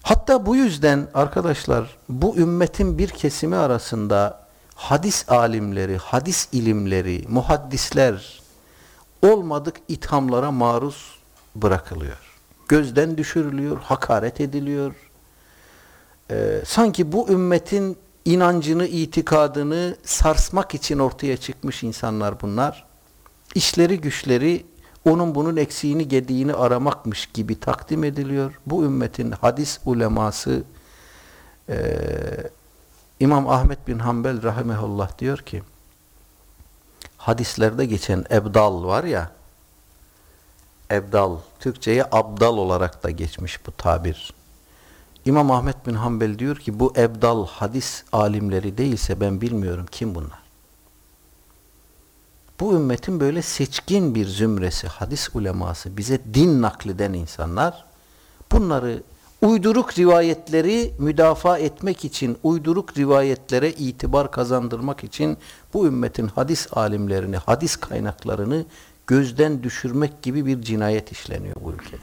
Hatta bu yüzden arkadaşlar bu ümmetin bir kesimi arasında hadis alimleri, hadis ilimleri, muhaddisler olmadık ithamlara maruz bırakılıyor. Gözden düşürülüyor, hakaret ediliyor. Sanki bu ümmetin inancını, itikadını sarsmak için ortaya çıkmış insanlar bunlar. İşleri güçleri onun bunun eksiğini gediğini aramakmış gibi takdim ediliyor. Bu ümmetin hadis uleması İmam Ahmed bin Hanbel rahimehullah diyor ki hadislerde geçen ebdal var ya, ebdal, Türkçe'ye abdal olarak da geçmiş bu tabir. İmam Ahmed bin Hanbel diyor ki bu ebdal hadis alimleri değilse ben bilmiyorum kim bunlar. Bu ümmetin böyle seçkin bir zümresi, hadis uleması, bize din nakleden insanlar, bunları uyduruk rivayetleri müdafaa etmek için, uyduruk rivayetlere itibar kazandırmak için bu ümmetin hadis alimlerini, hadis kaynaklarını gözden düşürmek gibi bir cinayet işleniyor bu ülkede.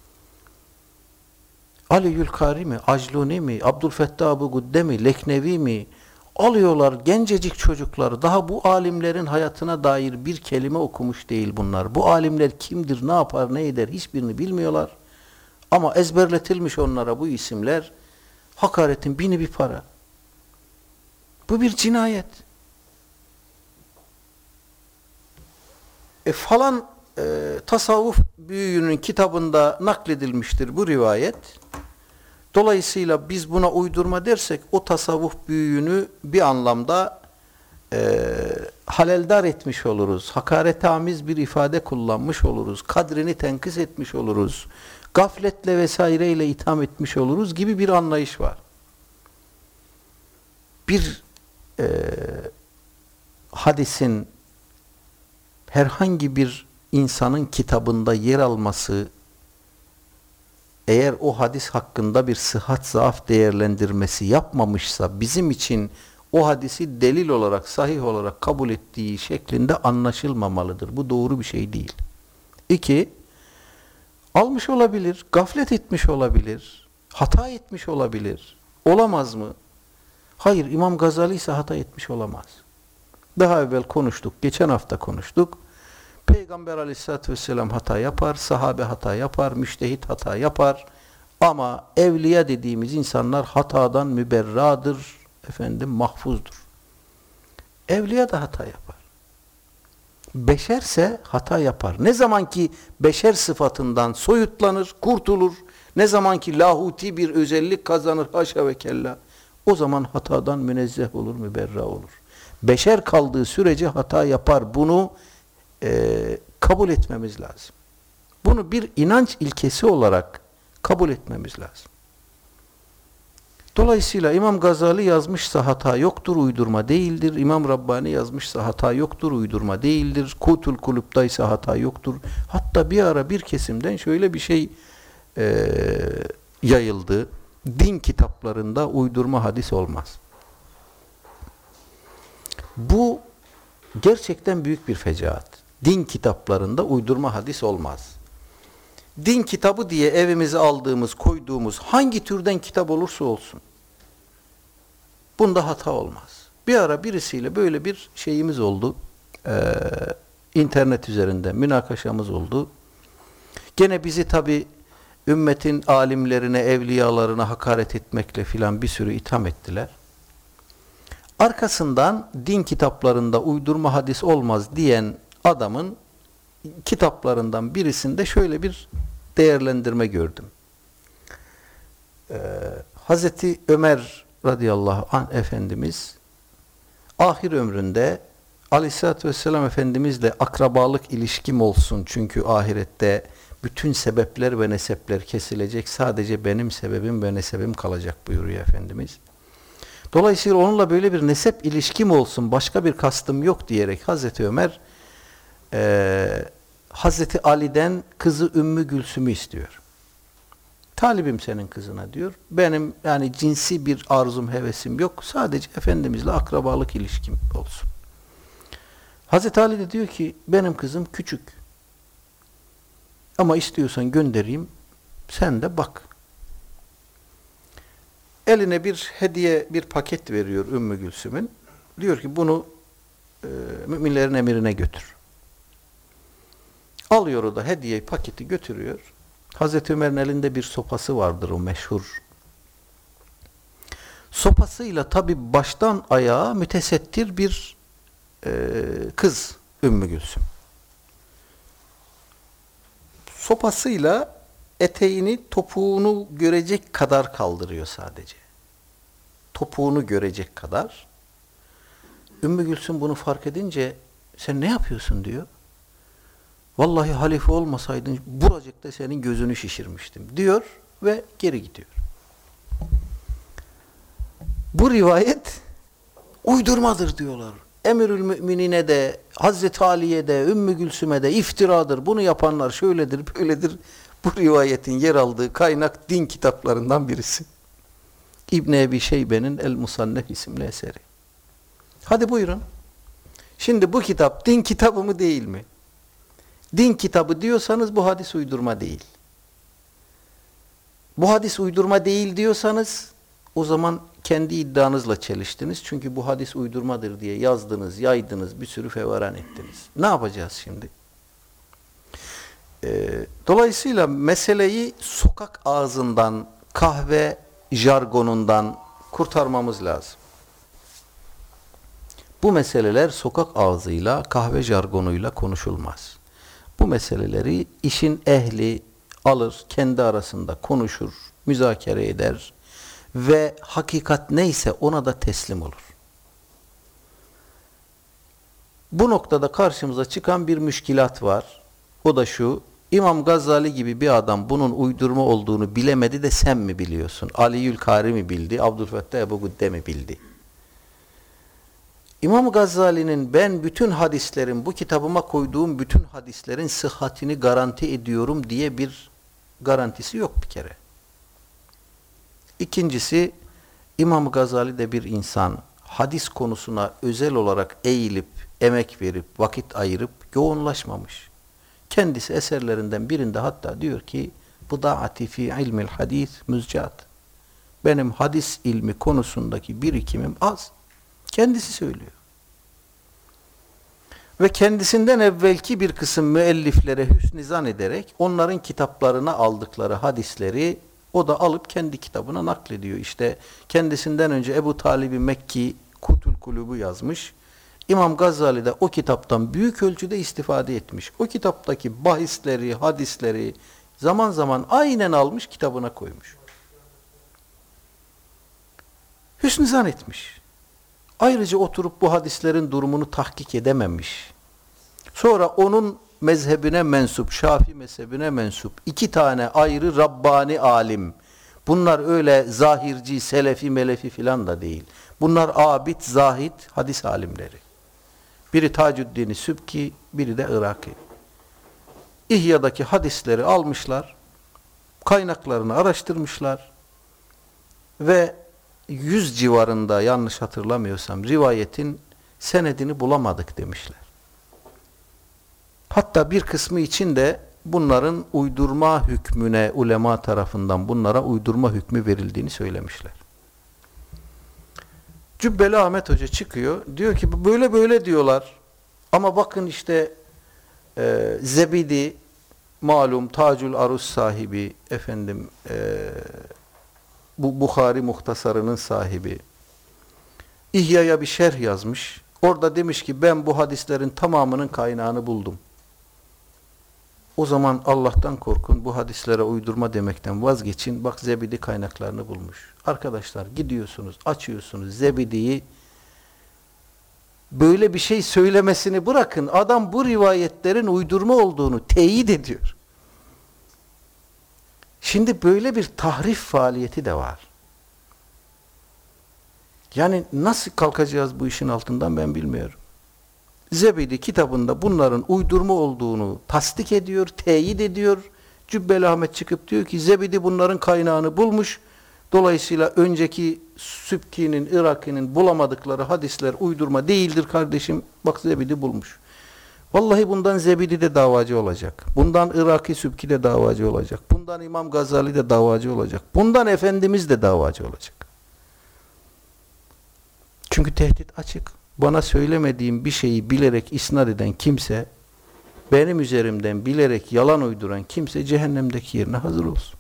Ali Yülkari mi, Acluni mi, Abdülfettah Abu Gudde mi, Leknevi mi, alıyorlar gencecik çocukları, daha bu alimlerin hayatına dair bir kelime okumuş değil bunlar. Bu alimler kimdir, ne yapar, ne eder hiçbirini bilmiyorlar. Ama ezberletilmiş onlara bu isimler, hakaretin bini bir para. Bu bir cinayet. Falan tasavvuf büyüğünün kitabında nakledilmiştir bu rivayet. Dolayısıyla biz buna uydurma dersek o tasavvuf büyüğünü bir anlamda haleldar etmiş oluruz. Hakaretamiz bir ifade kullanmış oluruz. Kadrini tenkis etmiş oluruz. Gafletle vesaireyle itham etmiş oluruz gibi bir anlayış var. Bir hadisin herhangi bir insanın kitabında yer alması, eğer o hadis hakkında bir sıhhat zaaf değerlendirmesi yapmamışsa bizim için o hadisi delil olarak, sahih olarak kabul ettiği şeklinde anlaşılmamalıdır. Bu doğru bir şey değil. 2, almış olabilir, gaflet etmiş olabilir, hata etmiş olabilir. Olamaz mı? Hayır, İmam Gazali ise hata etmiş olamaz. Daha evvel konuştuk, geçen hafta konuştuk. Peygamber aleyhissalatü vesselam hata yapar, sahabe hata yapar, müştehit hata yapar. Ama evliya dediğimiz insanlar hatadan müberradır, mahfuzdur. Evliya da hata yapar. Beşerse hata yapar. Ne zaman ki beşer sıfatından soyutlanır, kurtulur, ne zaman ki lahuti bir özellik kazanır, haşa ve kella, o zaman hatadan münezzeh olur, müberra olur. Beşer kaldığı sürece hata yapar. Bunu kabul etmemiz lazım. Bunu bir inanç ilkesi olarak kabul etmemiz lazım. Dolayısıyla İmam Gazali yazmışsa hata yoktur, uydurma değildir. İmam Rabbani yazmışsa hata yoktur, uydurma değildir. Kutul Kulüp'taysa hata yoktur. Hatta bir ara bir kesimden şöyle bir şey yayıldı. Din kitaplarında uydurma hadis olmaz. Bu gerçekten büyük bir fecaat. Din kitaplarında uydurma hadis olmaz. Din kitabı diye evimize aldığımız, koyduğumuz hangi türden kitap olursa olsun, bunda hata olmaz. Bir ara birisiyle böyle bir şeyimiz oldu. İnternet üzerinde münakaşamız oldu. Gene bizi tabi ümmetin alimlerine, evliyalarına hakaret etmekle filan bir sürü itham ettiler. Arkasından din kitaplarında uydurma hadis olmaz diyen adamın kitaplarından birisinde şöyle bir değerlendirme gördüm. Hazreti Ömer radıyallahu anh Efendimiz ahir ömründe Aleyhisselatü Vesselam Efendimizle akrabalık ilişkim olsun çünkü ahirette bütün sebepler ve nesepler kesilecek, sadece benim sebebim ve nesebim kalacak buyuruyor Efendimiz. Dolayısıyla onunla böyle bir nesep ilişkim olsun, başka bir kastım yok diyerek Hazreti Ömer Hazreti Ali'den kızı Ümmü Gülsüm'ü istiyor. Talibim senin kızına diyor. Benim yani cinsi bir arzum, hevesim yok. Sadece Efendimizle akrabalık ilişkim olsun. Hazreti Ali de diyor ki benim kızım küçük. Ama istiyorsan göndereyim, sen de bak. Eline bir hediye, bir paket veriyor Ümmü Gülsüm'ün. Diyor ki bunu müminlerin emirine götür. Alıyor o da hediye paketi götürüyor. Hazreti Ömer'in elinde bir sopası vardır, o meşhur. Sopasıyla tabi baştan ayağa mütesettir bir kız Ümmü Gülsüm. Sopasıyla eteğini, topuğunu görecek kadar kaldırıyor sadece. Topuğunu görecek kadar. Ümmü Gülsüm bunu fark edince sen ne yapıyorsun diyor. Vallahi halife olmasaydın buracıkta senin gözünü şişirmiştim diyor ve geri gidiyor. Bu rivayet uydurmadır diyorlar. Emirül Müminine de, Hazreti Ali'ye de, Ümmü Gülsüm'e de iftiradır. Bunu yapanlar şöyledir, böyledir. Bu rivayetin yer aldığı kaynak din kitaplarından birisi. İbn Ebi Şeybe'nin El-Musannef isimli eseri. Hadi buyurun. Şimdi bu kitap din kitabı mı değil mi? Din kitabı diyorsanız bu hadis uydurma değil. Bu hadis uydurma değil diyorsanız o zaman kendi iddianızla çeliştiniz. Çünkü bu hadis uydurmadır diye yazdınız, yaydınız, bir sürü feveran ettiniz. Ne yapacağız şimdi? Dolayısıyla meseleyi sokak ağzından, kahve jargonundan kurtarmamız lazım. Bu meseleler sokak ağzıyla, kahve jargonuyla konuşulmaz. Bu meseleleri işin ehli alır, kendi arasında konuşur, müzakere eder ve hakikat neyse ona da teslim olur. Bu noktada karşımıza çıkan bir müşkilat var. O da şu: İmam Gazali gibi bir adam bunun uydurma olduğunu bilemedi de sen mi biliyorsun? Aliülkari mi bildi? Abdülfettah Ebu Güdde mi bildi? İmam Gazali'nin ben bütün hadislerin, bu kitabıma koyduğum bütün hadislerin sıhhatini garanti ediyorum diye bir garantisi yok bir kere. İkincisi, İmam Gazali de bir insan, hadis konusuna özel olarak eğilip, emek verip, vakit ayırıp yoğunlaşmamış. Kendisi eserlerinden birinde hatta diyor ki, "Bıda'ati fi ilmil hadis müzcat." Benim hadis ilmi konusundaki birikimim az. Kendisi söylüyor. Ve kendisinden evvelki bir kısım müelliflere hüsnü zan ederek onların kitaplarına aldıkları hadisleri o da alıp kendi kitabına naklediyor. İşte kendisinden önce Ebu Talib-i Mekki Kutul Kulub'u yazmış. İmam Gazali de o kitaptan büyük ölçüde istifade etmiş. O kitaptaki bahisleri, hadisleri zaman zaman aynen almış, kitabına koymuş. Hüsnü zan etmiş. Ayrıca oturup bu hadislerin durumunu tahkik edememiş. Sonra onun mezhebine mensup, Şafii mezhebine mensup iki tane ayrı Rabbani alim. Bunlar öyle zahirci, selefi, melefi filan da değil. Bunlar abid, zahid, hadis alimleri. Biri Tacuddin Sübki, biri de Iraki. İhya'daki hadisleri almışlar, kaynaklarını araştırmışlar ve 100 civarında, yanlış hatırlamıyorsam, rivayetin senedini bulamadık demişler. Hatta bir kısmı için de bunların uydurma hükmüne, ulema tarafından bunlara uydurma hükmü verildiğini söylemişler. Cübbeli Ahmet Hoca çıkıyor, diyor ki böyle böyle diyorlar ama bakın işte Zebidi malum Tacül Arus sahibi, bu Bukhari muhtasarının sahibi İhya'ya bir şerh yazmış. Orada demiş ki ben bu hadislerin tamamının kaynağını buldum. O zaman Allah'tan korkun, bu hadislere uydurma demekten vazgeçin. Bak Zebidi kaynaklarını bulmuş. Arkadaşlar gidiyorsunuz, açıyorsunuz Zebidi'yi, böyle bir şey söylemesini bırakın. Adam bu rivayetlerin uydurma olduğunu teyit ediyor. Şimdi böyle bir tahrif faaliyeti de var. Yani nasıl kalkacağız bu işin altından ben bilmiyorum. Zebidi kitabında bunların uydurma olduğunu tasdik ediyor, teyit ediyor. Cübbeli Ahmet çıkıp diyor ki Zebidi bunların kaynağını bulmuş. Dolayısıyla önceki Sübki'nin, Iraki'nin bulamadıkları hadisler uydurma değildir kardeşim. Bak Zebidi bulmuş. Vallahi bundan Zebidi de davacı olacak. Bundan Iraki Sübki de davacı olacak. Bundan İmam Gazali de davacı olacak. Bundan Efendimiz de davacı olacak. Çünkü tehdit açık. Bana söylemediğim bir şeyi bilerek isnat eden kimse, benim üzerimden bilerek yalan uyduran kimse cehennemdeki yerine hazır olsun.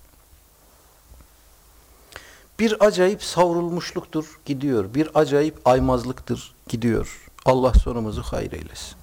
Bir acayip savrulmuşluktur, gidiyor. Bir acayip aymazlıktır, gidiyor. Allah sonumuzu hayır eylesin.